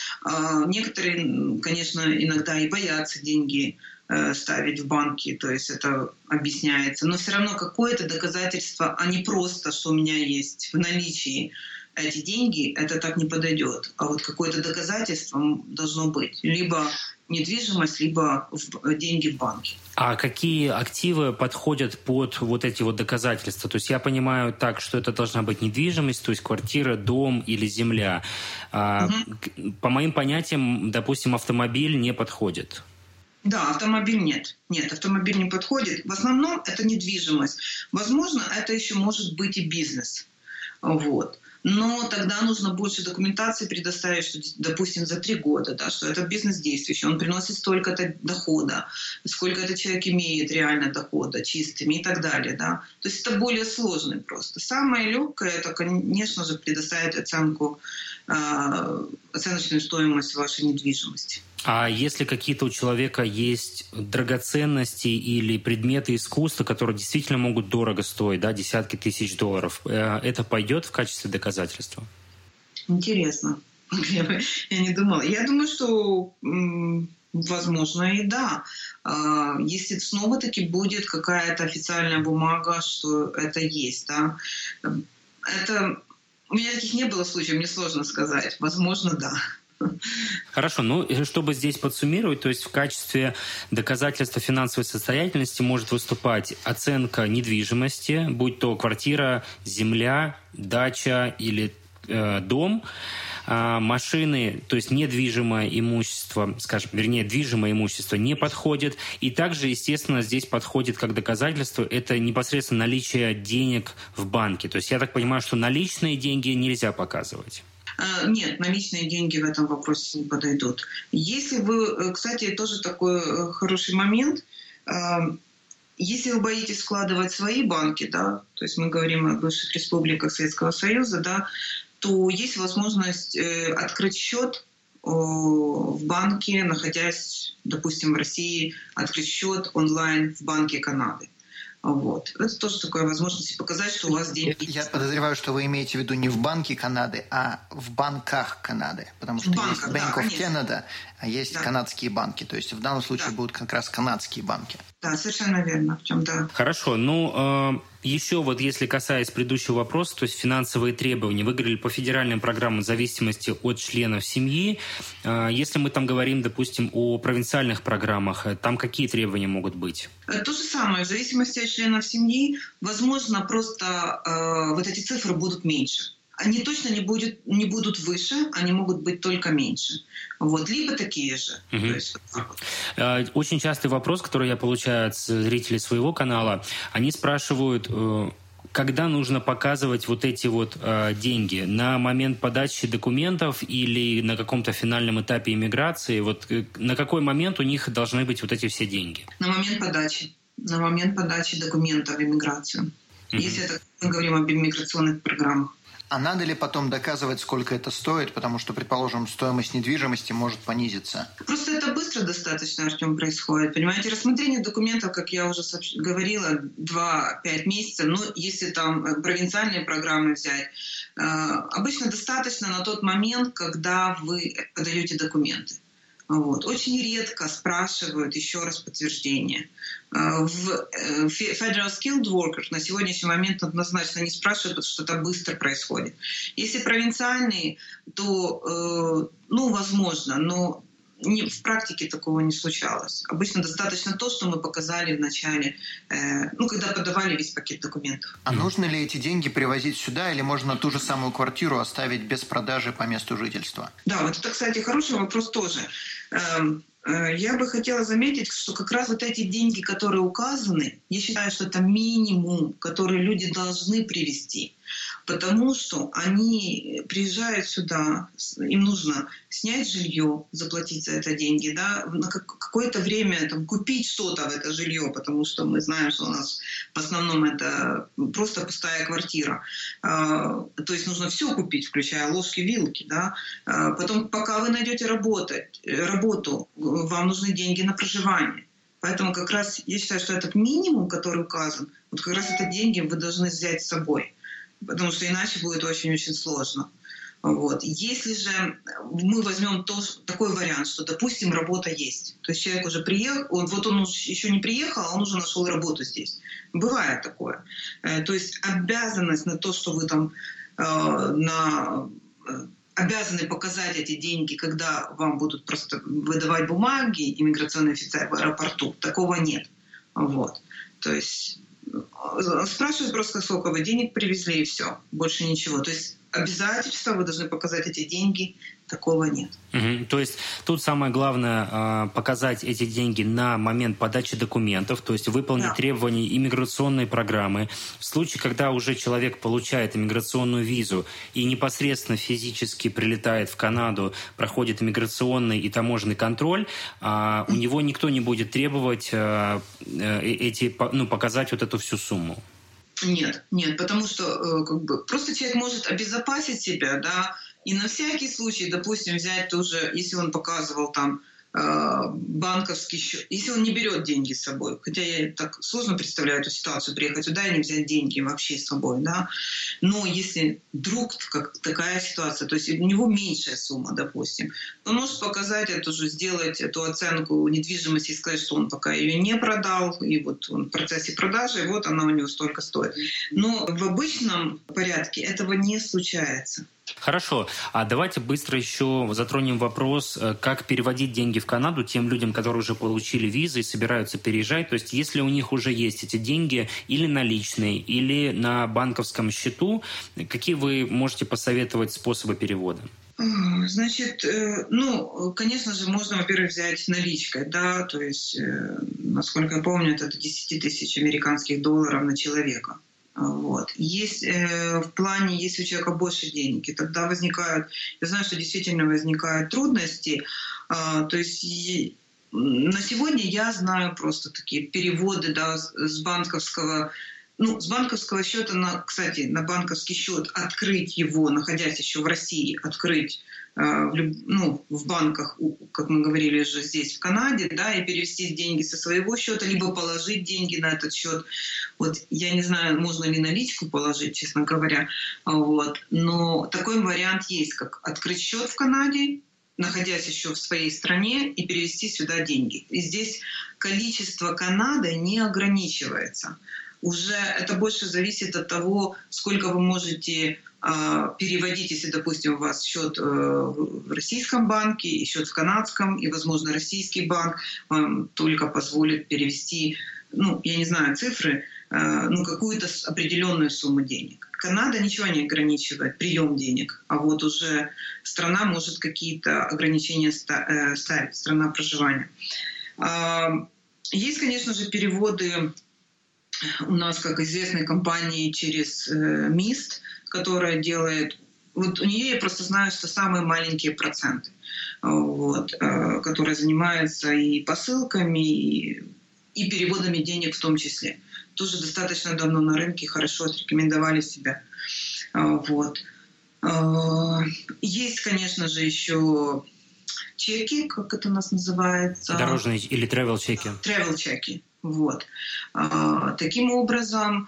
Некоторые, конечно, иногда и боятся деньги ставить в банки, то есть это объясняется. Но все равно какое-то доказательство, а не просто, что у меня есть в наличии эти деньги, это так не подойдет. А вот какое-то доказательство должно быть. Либо недвижимость, либо в, деньги в банке. А какие активы подходят под вот эти вот доказательства? То есть я понимаю так, что это должна быть недвижимость, то есть квартира, дом или земля. Угу. По моим понятиям, допустим, автомобиль не подходит. Да, автомобиль нет. Нет, автомобиль не подходит. В основном это недвижимость. Возможно, это еще может быть и бизнес. Вот. Но тогда нужно больше документации предоставить, что, допустим, за три года, да, что это бизнес действующий, он приносит столько-то дохода, сколько этот человек имеет реально дохода, чистыми и так далее. Да. То есть это более сложный просто. Самое легкое, это, конечно же, предоставить оценку, э, оценочную стоимость вашей недвижимости. А если какие-то у человека есть драгоценности или предметы искусства, которые действительно могут дорого стоить, да, десятки тысяч долларов, это пойдет в качестве доказательства? Интересно. Я не думала. Я думаю, что, возможно, и да. Если снова-таки будет какая-то официальная бумага, что это есть, да. Это... У меня таких не было случаев, мне сложно сказать. Возможно, да. Хорошо, ну, чтобы здесь подсуммировать, то есть в качестве доказательства финансовой состоятельности может выступать оценка недвижимости, будь то квартира, земля, дача или э, дом, а машины, то есть недвижимое имущество, скажем, вернее, движимое имущество не подходит. И также, естественно, здесь подходит как доказательство это непосредственно наличие денег в банке. То есть я так понимаю, что наличные деньги нельзя показывать. Нет, наличные деньги в этом вопросе не подойдут. Если вы, кстати, тоже такой хороший момент, если вы боитесь вкладывать свои банки, да, то есть мы говорим о бывших республиках Советского Союза, да, то есть возможность открыть счет в банке, находясь, допустим, в России, открыть счет онлайн в Банке Канады. Вот. Это тоже такая возможность показать, что у вас деньги есть. Я подозреваю, что вы имеете в виду не в Банке Канады, а в банках Канады. Потому что банках, есть Bank да, of конечно. Canada, а есть да. канадские банки. То есть в данном случае да. будут как раз канадские банки. Да, совершенно верно. В чем, да. Хорошо. Ну, э, еще вот если касаясь предыдущего вопроса, то есть финансовые требования. Вы говорили по федеральным программам в зависимости от членов семьи. Э, если мы там говорим, допустим, о провинциальных программах, там какие требования могут быть? То же самое. В зависимости от членов семьи, возможно, просто э, вот эти цифры будут меньше. Они точно не, будет, не будут выше, они могут быть только меньше. Вот. Либо такие же. Угу. То есть, вот. Очень частый вопрос, который я получаю от зрителей своего канала. Они спрашивают, когда нужно показывать вот эти вот деньги? На момент подачи документов или на каком-то финальном этапе иммиграции? Вот на какой момент у них должны быть вот эти все деньги? На момент подачи. На момент подачи документов в иммиграцию. Угу. Если это, мы говорим об иммиграционных программах. А надо ли потом доказывать, сколько это стоит? Потому что, предположим, стоимость недвижимости может понизиться. Просто это быстро достаточно, Артем, происходит. Понимаете, рассмотрение документов, как я уже говорила, два-пять месяцев. Ну, если там провинциальные программы взять, обычно достаточно на тот момент, когда вы подаете документы. Вот. Очень редко спрашивают еще раз подтверждение. В Federal Skilled Worker на сегодняшний момент однозначно не спрашивают, потому что это быстро происходит. Если провинциальные, то, ну, возможно, но не, в практике такого не случалось. Обычно достаточно то, что мы показали в начале, ну, когда подавали весь пакет документов. А нужно ли эти деньги привозить сюда, или можно ту же самую квартиру оставить без продажи по месту жительства? Да, вот это, кстати, хороший вопрос тоже. Я бы хотела заметить, что как раз вот эти деньги, которые указаны, я считаю, что это минимум, который люди должны привезти. Потому что они приезжают сюда, им нужно снять жилье, заплатить за это деньги, да, на какое-то время там, купить что-то в это жилье, потому что мы знаем, что у нас в основном это просто пустая квартира. То есть нужно все купить, включая ложки, вилки. Да. Потом, пока вы найдете работать, работу, вам нужны деньги на проживание. Поэтому как раз я считаю, что этот минимум, который указан, вот как раз это деньги вы должны взять с собой. Потому что иначе будет очень-очень сложно. Вот. Если же мы возьмем то, такой вариант, что, допустим, работа есть. То есть человек уже приехал, он, вот он еще не приехал, а он уже нашел работу здесь. Бывает такое. То есть обязанность на то, что вы там на, обязаны показать эти деньги, когда вам будут просто выдавать бумаги, иммиграционный офицер в аэропорту, такого нет. Вот. То есть спрашивают просто, сколько вы денег привезли, и все. Больше ничего. То есть обязательства, вы должны показать эти деньги, такого нет. Угу. То есть тут самое главное показать эти деньги на момент подачи документов, то есть выполнить да. требования иммиграционной программы. В случае, когда уже человек получает иммиграционную визу и непосредственно физически прилетает в Канаду, проходит иммиграционный и таможенный контроль, у него никто не будет требовать эти, ну, показать вот эту всю сумму. Нет, нет, потому что как бы, просто человек может обезопасить себя, да, и на всякий случай, допустим, взять тоже, если он показывал там банковский счет, если он не берет деньги с собой, хотя я так сложно представляю эту ситуацию, приехать сюда и не взять деньги вообще с собой, да, но если вдруг как такая ситуация, то есть у него меньшая сумма, допустим, он может показать эту же, сделать эту оценку недвижимости и сказать, что он пока ее не продал, и вот он в процессе продажи, и вот она у него столько стоит. Но в обычном порядке этого не случается. Хорошо. А давайте быстро еще затронем вопрос, как переводить деньги в Канаду тем людям, которые уже получили визы и собираются переезжать. То есть если у них уже есть эти деньги или наличные, или на банковском счету, какие вы можете посоветовать способы перевода? Значит, ну, конечно же, можно, во-первых, взять наличкой, да, то есть, насколько я помню, это до десять тысяч американских долларов на человека. Вот. Есть э, в плане, если у человека больше денег, и тогда возникают, я знаю, что действительно возникают трудности. Э, то есть и, на сегодня я знаю просто такие переводы, да, с, с банковского, ну, с банковского счета, на, кстати, на банковский счет открыть его, находясь еще в России, открыть в, ну, в банках, как мы говорили уже здесь, в Канаде, да, и перевести деньги со своего счета, либо положить деньги на этот счет. Вот я не знаю, можно ли наличку положить, честно говоря, вот. Но такой вариант есть, как открыть счет в Канаде, находясь еще в своей стране, и перевести сюда деньги. И здесь количество Канады не ограничивается. Уже это больше зависит от того, сколько вы можете переводить, если, допустим, у вас счет в российском банке и счет в канадском, и, возможно, российский банк вам только позволит перевести, ну, я не знаю цифры, ну, какую-то определенную сумму денег. Канада ничего не ограничивает, прием денег, а вот уже страна может какие-то ограничения ставить, страна проживания. Есть, конечно же, переводы у нас, как известной компании, через МИСТ, которая делает... Вот у нее я просто знаю, что самые маленькие проценты, вот, которая занимается и посылками, и, и переводами денег в том числе. Тоже достаточно давно на рынке, хорошо отрекомендовали себя. Вот. Есть, конечно же, еще чеки, как это у нас называется. Дорожные или travel-чеки. Travel-чеки. Вот. Таким образом,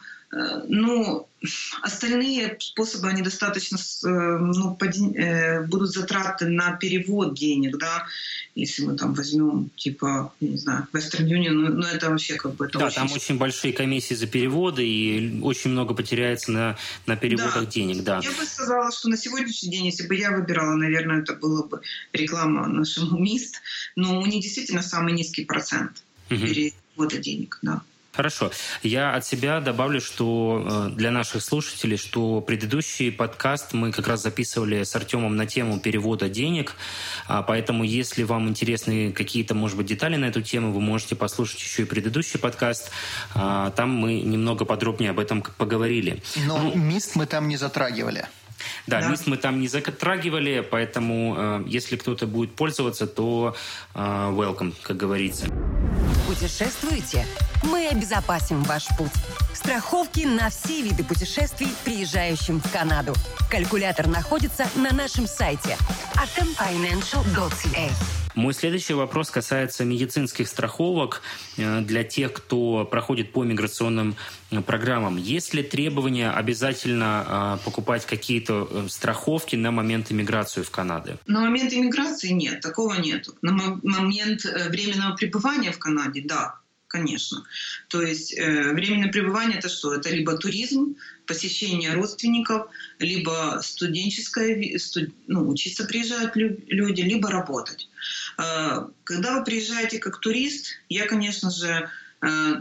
ну, остальные способы, они достаточно, ну, будут затраты на перевод денег, да, если мы там возьмем, типа, я не знаю, Western Union, ну, ну это вообще как бы... Это да, очень... там очень большие комиссии за переводы, и очень много потеряется на, на переводах да. денег, да. Я бы сказала, что на сегодняшний день, если бы я выбирала, наверное, это было бы реклама нашему МИСТ, но у них действительно самый низкий процент угу. перевода денег, да. Хорошо. Я от себя добавлю, что для наших слушателей, что предыдущий подкаст мы как раз записывали с Артемом на тему перевода денег, поэтому если вам интересны какие-то, может быть, детали на эту тему, вы можете послушать еще и предыдущий подкаст. Там мы немного подробнее об этом поговорили. Но ну, МИСТ мы там не затрагивали. Да, да. МИСТ мы там не затрагивали, поэтому э, если кто-то будет пользоваться, то э, welcome, как говорится. Путешествуете? Мы обезопасим ваш путь. Страховки на все виды путешествий, приезжающим в Канаду. Калькулятор находится на нашем сайте атом файнэншал точка си эй. Мой следующий вопрос касается медицинских страховок для тех, кто проходит по миграционным программам. Есть ли требования обязательно покупать какие-то страховки на момент иммиграции в Канаду? На момент иммиграции нет, такого нет. На момент временного пребывания в Канаде, да, конечно. То есть э, временное пребывание — это что? Это либо туризм, посещение родственников, либо студенческое, студ, ну, учиться приезжают люди, либо работать. Э, когда вы приезжаете как турист, я, конечно же, э,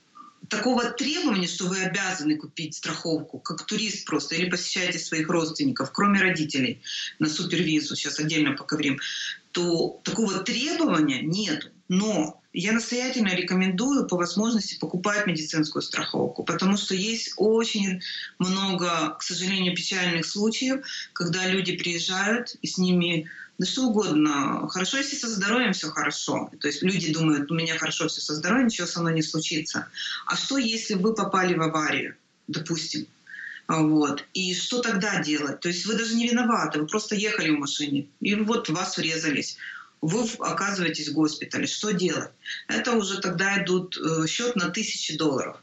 такого требования, что вы обязаны купить страховку, как турист просто, или посещаете своих родственников, кроме родителей, на супервизу, сейчас отдельно поговорим, то такого требования нет. Но я настоятельно рекомендую по возможности покупать медицинскую страховку, потому что есть очень много, к сожалению, печальных случаев, когда люди приезжают и с ними, да что угодно. Хорошо, если со здоровьем все хорошо. То есть люди думают, у меня хорошо все со здоровьем, ничего со мной не случится. А что, если вы попали в аварию, допустим? Вот. И что тогда делать? То есть вы даже не виноваты, вы просто ехали в машине, и вот в вас врезались. Вы оказываетесь в госпитале. Что делать? Это уже тогда идут счет на тысячи долларов.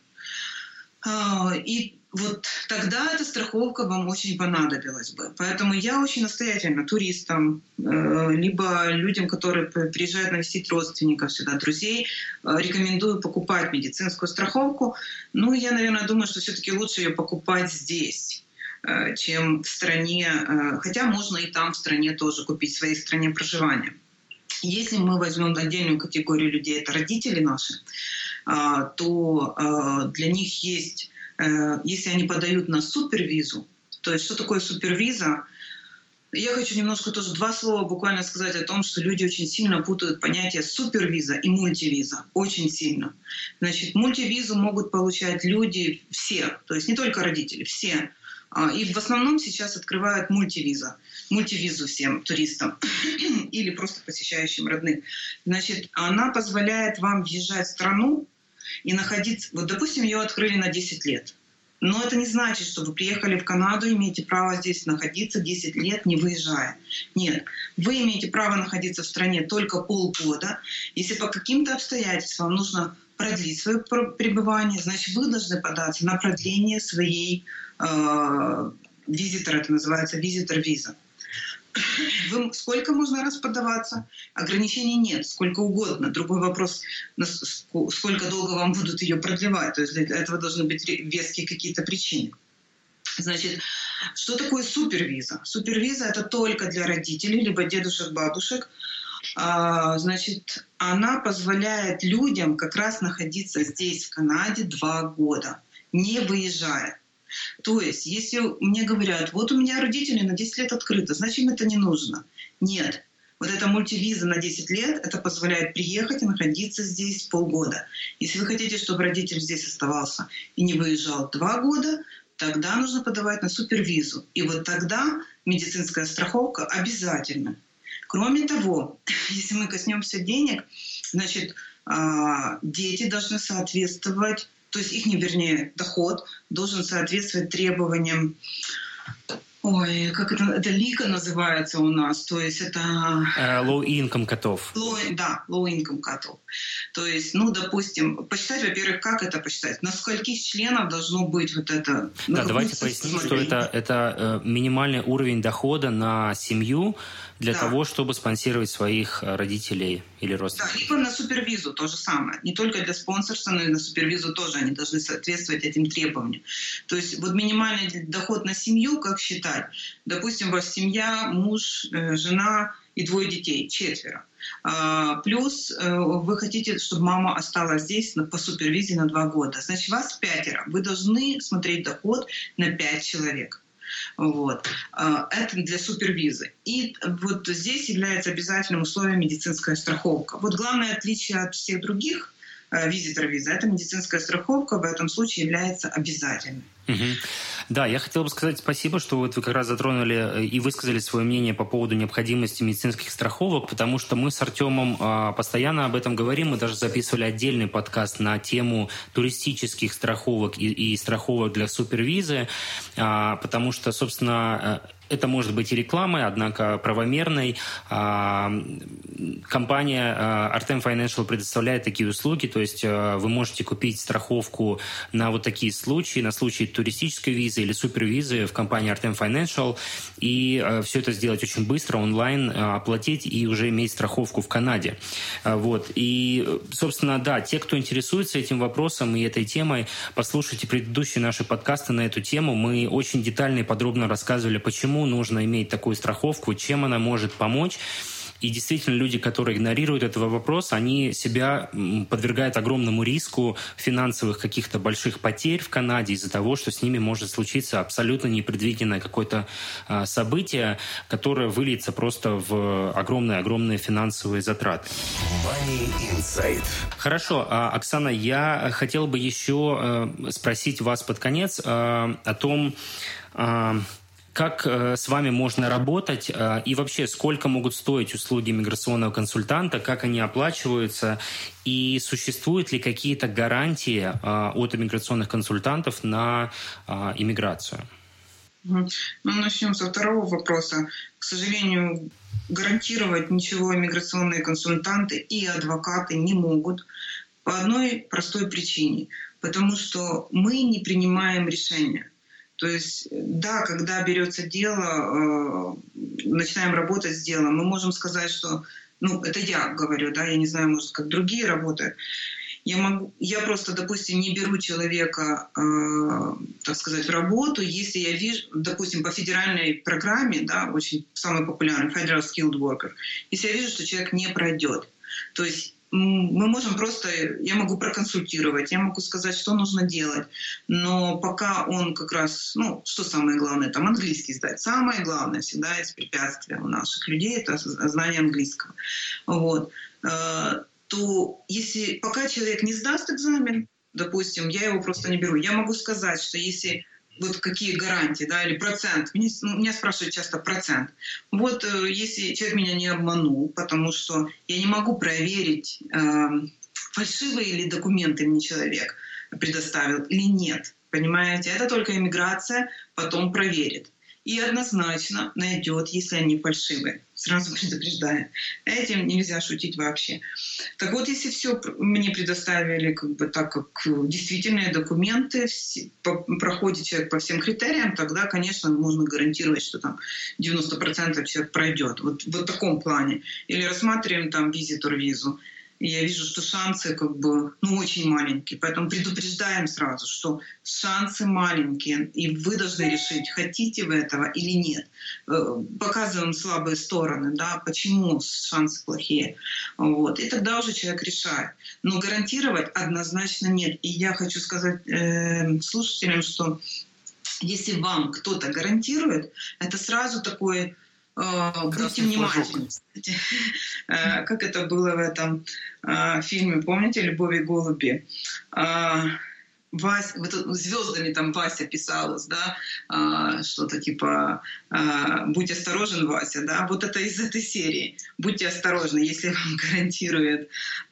И вот тогда эта страховка вам очень понадобилась бы. Поэтому я очень настоятельно туристам, либо людям, которые приезжают навестить родственников сюда, друзей, рекомендую покупать медицинскую страховку. Ну, я, наверное, думаю, что все-таки лучше ее покупать здесь, чем в стране. Хотя можно и там в стране тоже купить, в своей стране проживания. Если мы возьмем отдельную категорию людей, это родители наши, то для них есть, если они подают на супервизу, то есть что такое супервиза? Я хочу немножко тоже два слова буквально сказать о том, что люди очень сильно путают понятие супервиза и мультивиза. Очень сильно. Значит, мультивизу могут получать люди все, то есть не только родители, все. И в основном сейчас открывают мультивиза, мультивизу всем туристам или просто посещающим родных. Значит, она позволяет вам въезжать в страну и находиться... Вот, допустим, ее открыли на десять лет. Но это не значит, что вы приехали в Канаду, имеете право здесь находиться десять лет, не выезжая. Нет, вы имеете право находиться в стране только полгода. Если по каким-то обстоятельствам нужно продлить свое пребывание, значит, вы должны податься на продление своей э, визитора, это называется визитор-виза. Вы, сколько можно раз подаваться? Ограничений нет, сколько угодно. Другой вопрос, сколько долго вам будут ее продлевать. То есть для этого должны быть веские какие-то причины. Значит, что такое супервиза? Супервиза — это только для родителей, либо дедушек, бабушек. А, значит, она позволяет людям как раз находиться здесь, в Канаде, два года, не выезжая. То есть, если мне говорят, вот у меня родители на десять лет открыты, значит, им это не нужно. Нет. Вот эта мультивиза на десять лет, это позволяет приехать и находиться здесь полгода. Если вы хотите, чтобы родитель здесь оставался и не выезжал два года, тогда нужно подавать на супервизу. И вот тогда медицинская страховка обязательна. Кроме того, если мы коснемся денег, значит, дети должны соответствовать, то есть их, вернее, доход должен соответствовать требованиям, ой, как это, это лика называется у нас, то есть это... Uh, low income cut-off. Low, да, low income cut-off. То есть, ну, допустим, посчитать, во-первых, как это посчитать? На скольких членов должно быть вот это... Да, давайте поясним, что это, это э, минимальный уровень дохода на семью для да. того, чтобы спонсировать своих родителей или родственников. Да, либо на супервизу то же самое. Не только для спонсорства, но и на супервизу тоже они должны соответствовать этим требованиям. То есть вот минимальный доход на семью, как считать? Допустим, у вас семья, муж, жена и двое детей, четверо. Плюс вы хотите, чтобы мама осталась здесь по супервизии на два года. Значит, вас пятеро. Вы должны смотреть доход на пять человек. Вот. Это для супервизы. И вот здесь является обязательным условием медицинская страховка. Вот главное отличие от всех других визитор-виза — это медицинская страховка в этом случае является обязательной. Угу. Да, я хотел бы сказать спасибо, что вот вы как раз затронули и высказали свое мнение по поводу необходимости медицинских страховок, потому что мы с Артемом а, постоянно об этом говорим. Мы даже записывали отдельный подкаст на тему туристических страховок и, и страховок для супервизы, а, потому что, собственно, это может быть и рекламой, однако правомерной. Компания Artem Financial предоставляет такие услуги, то есть вы можете купить страховку на вот такие случаи, на случай туристической визы или супервизы в компании Artem Financial, и все это сделать очень быстро, онлайн, оплатить и уже иметь страховку в Канаде. Вот. И, собственно, да, те, кто интересуется этим вопросом и этой темой, послушайте предыдущие наши подкасты на эту тему. Мы очень детально и подробно рассказывали, почему нужно иметь такую страховку, чем она может помочь. И действительно, люди, которые игнорируют этот вопрос, они себя подвергают огромному риску финансовых каких-то больших потерь в Канаде из-за того, что с ними может случиться абсолютно непредвиденное какое-то а, событие, которое выльется просто в огромные-огромные финансовые затраты. Money Insight. Хорошо, Оксана, я хотел бы еще спросить вас под конец о том, как э, с вами можно работать э, и вообще сколько могут стоить услуги миграционного консультанта, как они оплачиваются и существуют ли какие-то гарантии э, от иммиграционных консультантов на э, иммиграцию? Ну, начнем со второго вопроса. К сожалению, гарантировать ничего иммиграционные консультанты и адвокаты не могут по одной простой причине. Потому что мы не принимаем решения. То есть, да, когда берется дело, э, начинаем работать с делом, мы можем сказать, что, ну, это я говорю, да, я не знаю, может, как другие работают. Я, могу, я просто, допустим, не беру человека, э, так сказать, в работу, если я вижу, допустим, по федеральной программе, да, очень самый популярный, Federal Skilled Worker, если я вижу, что человек не пройдет, то есть мы можем просто, я могу проконсультировать, я могу сказать, что нужно делать, но пока он как раз, ну, что самое главное, там английский сдать. Самое главное всегда есть препятствие у наших людей, это знание английского. Вот. То если пока человек не сдаст экзамен, допустим, я его просто не беру. Я могу сказать, что если вот какие гарантии, да, или процент. Меня, ну, меня спрашивают часто процент. Вот э, если человек меня не обманул, потому что я не могу проверить э, фальшивые ли документы мне человек предоставил или нет. Понимаете? Это только иммиграция потом проверит. И однозначно найдет, если они фальшивые. Сразу предупреждаю. Этим нельзя шутить вообще. Так вот, если все мне предоставили как бы так, как действительные документы, все, по, проходит человек по всем критериям, тогда, конечно, можно гарантировать, что там девяносто процентов человек пройдет. Вот, вот в таком плане. Или рассматриваем там визитор-визу. И я вижу, что шансы как бы, ну, очень маленькие. Поэтому предупреждаем сразу, что шансы маленькие, и вы должны решить, хотите вы этого или нет. Показываем слабые стороны, да, почему шансы плохие. Вот. И тогда уже человек решает. Но гарантировать однозначно нет. И я хочу сказать э, слушателям, что если вам кто-то гарантирует, это сразу такой... Будьте внимательны. Как это было в этом фильме, помните, «Любовь и голуби»? Вася, вот звездами там Вася писалось, да, что-то типа «Будь осторожен, Вася», да, вот это из этой серии. Будьте осторожны, если вам гарантирует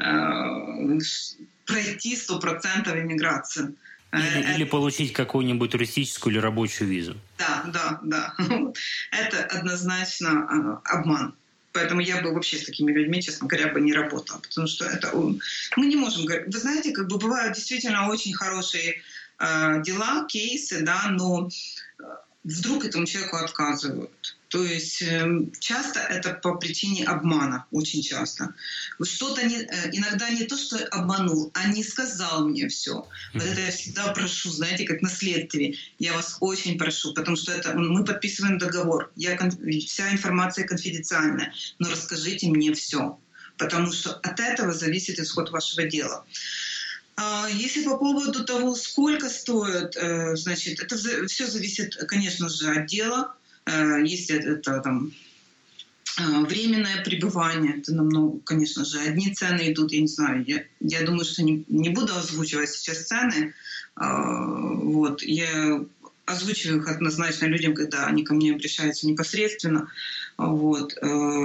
пройти сто процентов иммиграцию. Или, или получить какую-нибудь туристическую или рабочую визу. Да, да, да. Это однозначно обман. Поэтому я бы вообще с такими людьми, честно говоря, бы не работала. Потому что это... Мы не можем говорить... Вы знаете, как бы бывают действительно очень хорошие э, дела, кейсы, да, но вдруг этому человеку отказывают. То есть э, часто это по причине обмана, очень часто. Что-то не, э, иногда не то, что обманул, а не сказал мне все. Вот это я всегда прошу, знаете, как на следствии. Я вас очень прошу, потому что это, мы подписываем договор. Я, вся информация конфиденциальная, но расскажите мне все, потому что от этого зависит исход вашего дела. Если по поводу того, сколько стоит, э, значит, это все зависит, конечно же, от дела. Если это, это там, временное пребывание, это намного, конечно же, одни цены идут, я не знаю, я, я думаю, что не, не буду озвучивать сейчас цены. Вот. Я озвучиваю их однозначно людям, когда они ко мне обращаются непосредственно. Вот.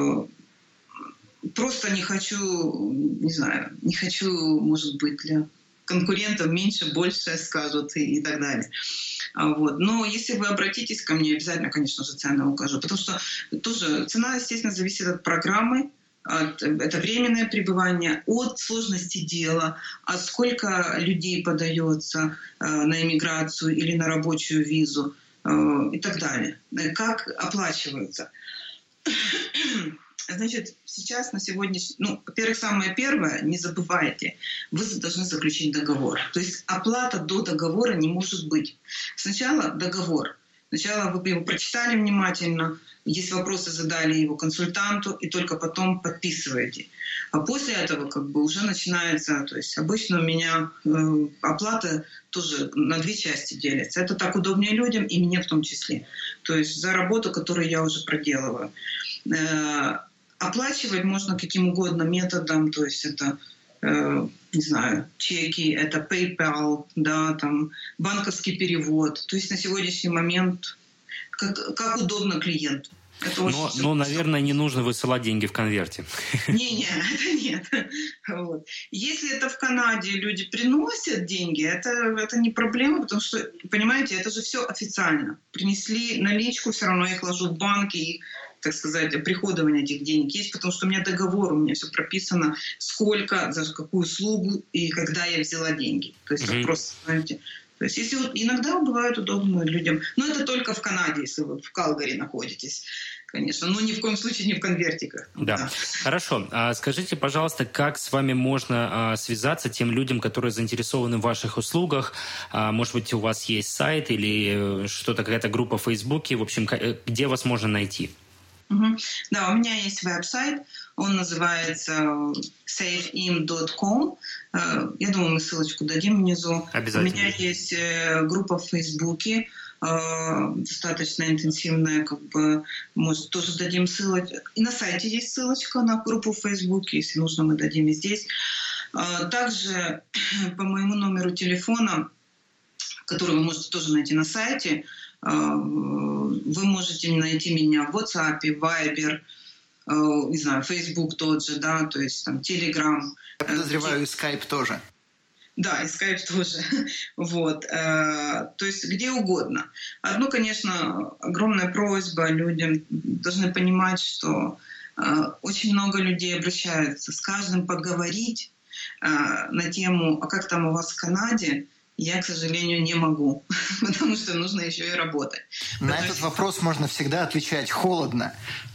Просто не хочу, не знаю, не хочу, может быть, для конкурентов меньше, больше скажут и, и так далее. Вот. Но если вы обратитесь ко мне, обязательно, конечно же, цены укажу. Потому что тоже цена, естественно, зависит от программы, от, это временное пребывание, от сложности дела, от сколько людей подается э, на иммиграцию или на рабочую визу э, и так далее. Как оплачиваются. Значит, сейчас на сегодняшний... Ну, во-первых, самое первое, не забывайте, вы должны заключить договор. То есть оплата до договора не может быть. Сначала договор. Сначала вы его прочитали внимательно, есть вопросы, задали его консультанту, и только потом подписываете. А после этого как бы уже начинается... То есть обычно у меня э, оплата тоже на две части делится. Это так удобнее людям, и мне в том числе. То есть за работу, которую я уже проделываю. Э, Оплачивать можно каким угодно методом, то есть это, э, не знаю, чеки, это PayPal, да, там, банковский перевод. То есть на сегодняшний момент как, как удобно клиенту. Но, но, наверное, не нужно высылать деньги в конверте. Не-не, это нет. Вот. Если это в Канаде люди приносят деньги, это, это не проблема, потому что, понимаете, это же все официально. Принесли наличку, все равно я их ложу в банк, и, так сказать, оприходование этих денег есть, потому что у меня договор, у меня все прописано, сколько, за какую услугу и когда я взяла деньги. То есть mm-hmm. просто, знаете... То есть если вот, иногда бывает удобно людям, но это только в Канаде, если вы в Калгари находитесь, конечно, но ни в коем случае не в конвертиках. Да, да. Хорошо. А скажите, пожалуйста, как с вами можно а, связаться тем людям, которые заинтересованы в ваших услугах? А, может быть, у вас есть сайт или что-то, какая-то группа в Фейсбуке? В общем, где вас можно найти? Угу. Да, у меня есть веб-сайт, он называется сейф им точка ком. Я думаю, мы ссылочку дадим внизу. Обязательно. У меня есть группа в Фейсбуке, достаточно интенсивная, как бы, может, тоже дадим ссылочку. И на сайте есть ссылочка на группу в Фейсбуке, если нужно, мы дадим и здесь. Также по моему номеру телефона, который вы можете тоже найти на сайте, вы можете найти меня в WhatsApp, Viber, не знаю, Facebook тот же, да, то есть там Telegram. Я подозреваю, и Skype тоже. Да, и Skype тоже. Вот. То есть где угодно. Одно, конечно, огромная просьба людям должны понимать, что очень много людей обращаются с каждым поговорить на тему «А как там у вас в Канаде?». Я, к сожалению, не могу, потому что нужно еще и работать. На потому этот что... вопрос можно всегда отвечать холодно.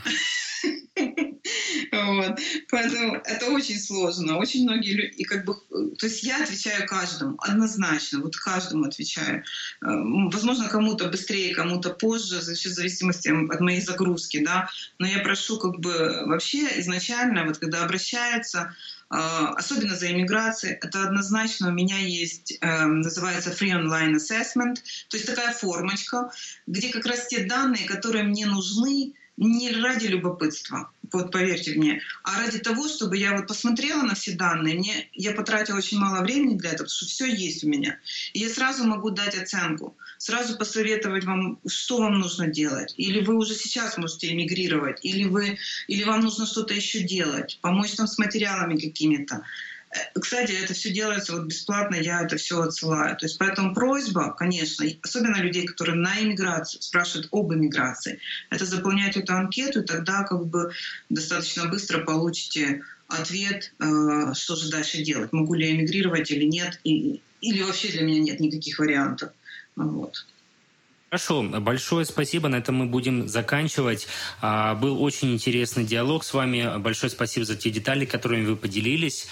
Вот. Поэтому это очень сложно. Очень многие люди... И как бы, то есть я отвечаю каждому, однозначно, вот каждому отвечаю. Возможно, кому-то быстрее, кому-то позже, в зависимости от моей загрузки, да. Но я прошу как бы вообще изначально, вот когда обращаются, особенно за иммиграцией, это однозначно у меня есть, называется Free Online Assessment, то есть такая формочка, где как раз те данные, которые мне нужны, не ради любопытства, вот поверьте мне, а ради того, чтобы я вот посмотрела на все данные. Мне, я потратила очень мало времени для этого, потому что все есть у меня. И я сразу могу дать оценку, сразу посоветовать вам, что вам нужно делать. Или вы уже сейчас можете эмигрировать, или, вы, или вам нужно что-то еще делать, помочь там с материалами какими-то. Кстати, это все делается вот бесплатно, я это все отсылаю. То есть поэтому просьба, конечно, особенно людей, которые на иммиграцию спрашивают об иммиграции, это заполнять эту анкету, и тогда как бы достаточно быстро получите ответ, что же дальше делать, могу ли я эмигрировать или нет, и, или вообще для меня нет никаких вариантов. Вот. Хорошо, большое спасибо. На этом мы будем заканчивать. Был очень интересный диалог с вами. Большое спасибо за те детали, которыми вы поделились.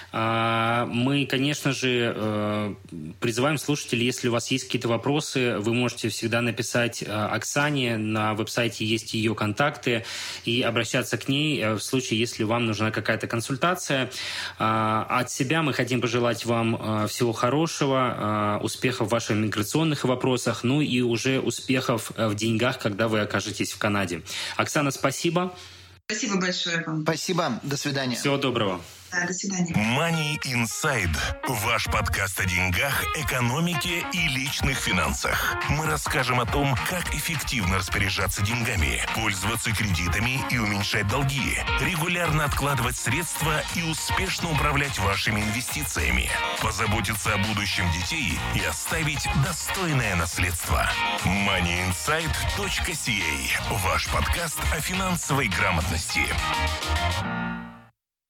Мы, конечно же, призываем слушателей, если у вас есть какие-то вопросы, вы можете всегда написать Оксане. На веб-сайте есть ее контакты и обращаться к ней в случае, если вам нужна какая-то консультация. От себя мы хотим пожелать вам всего хорошего, успехов в ваших миграционных вопросах, ну и уже успехов в деньгах, когда вы окажетесь в Канаде. Оксана, спасибо. Спасибо большое вам. Спасибо. До свидания. Всего доброго. Да, до свидания. Money Inside. Ваш подкаст о деньгах, экономике и личных финансах. Мы расскажем о том, как эффективно распоряжаться деньгами, пользоваться кредитами и уменьшать долги, регулярно откладывать средства и успешно управлять вашими инвестициями, позаботиться о будущем детей и оставить достойное наследство. Money Inside точка си эй. Ваш подкаст о финансовой грамотности.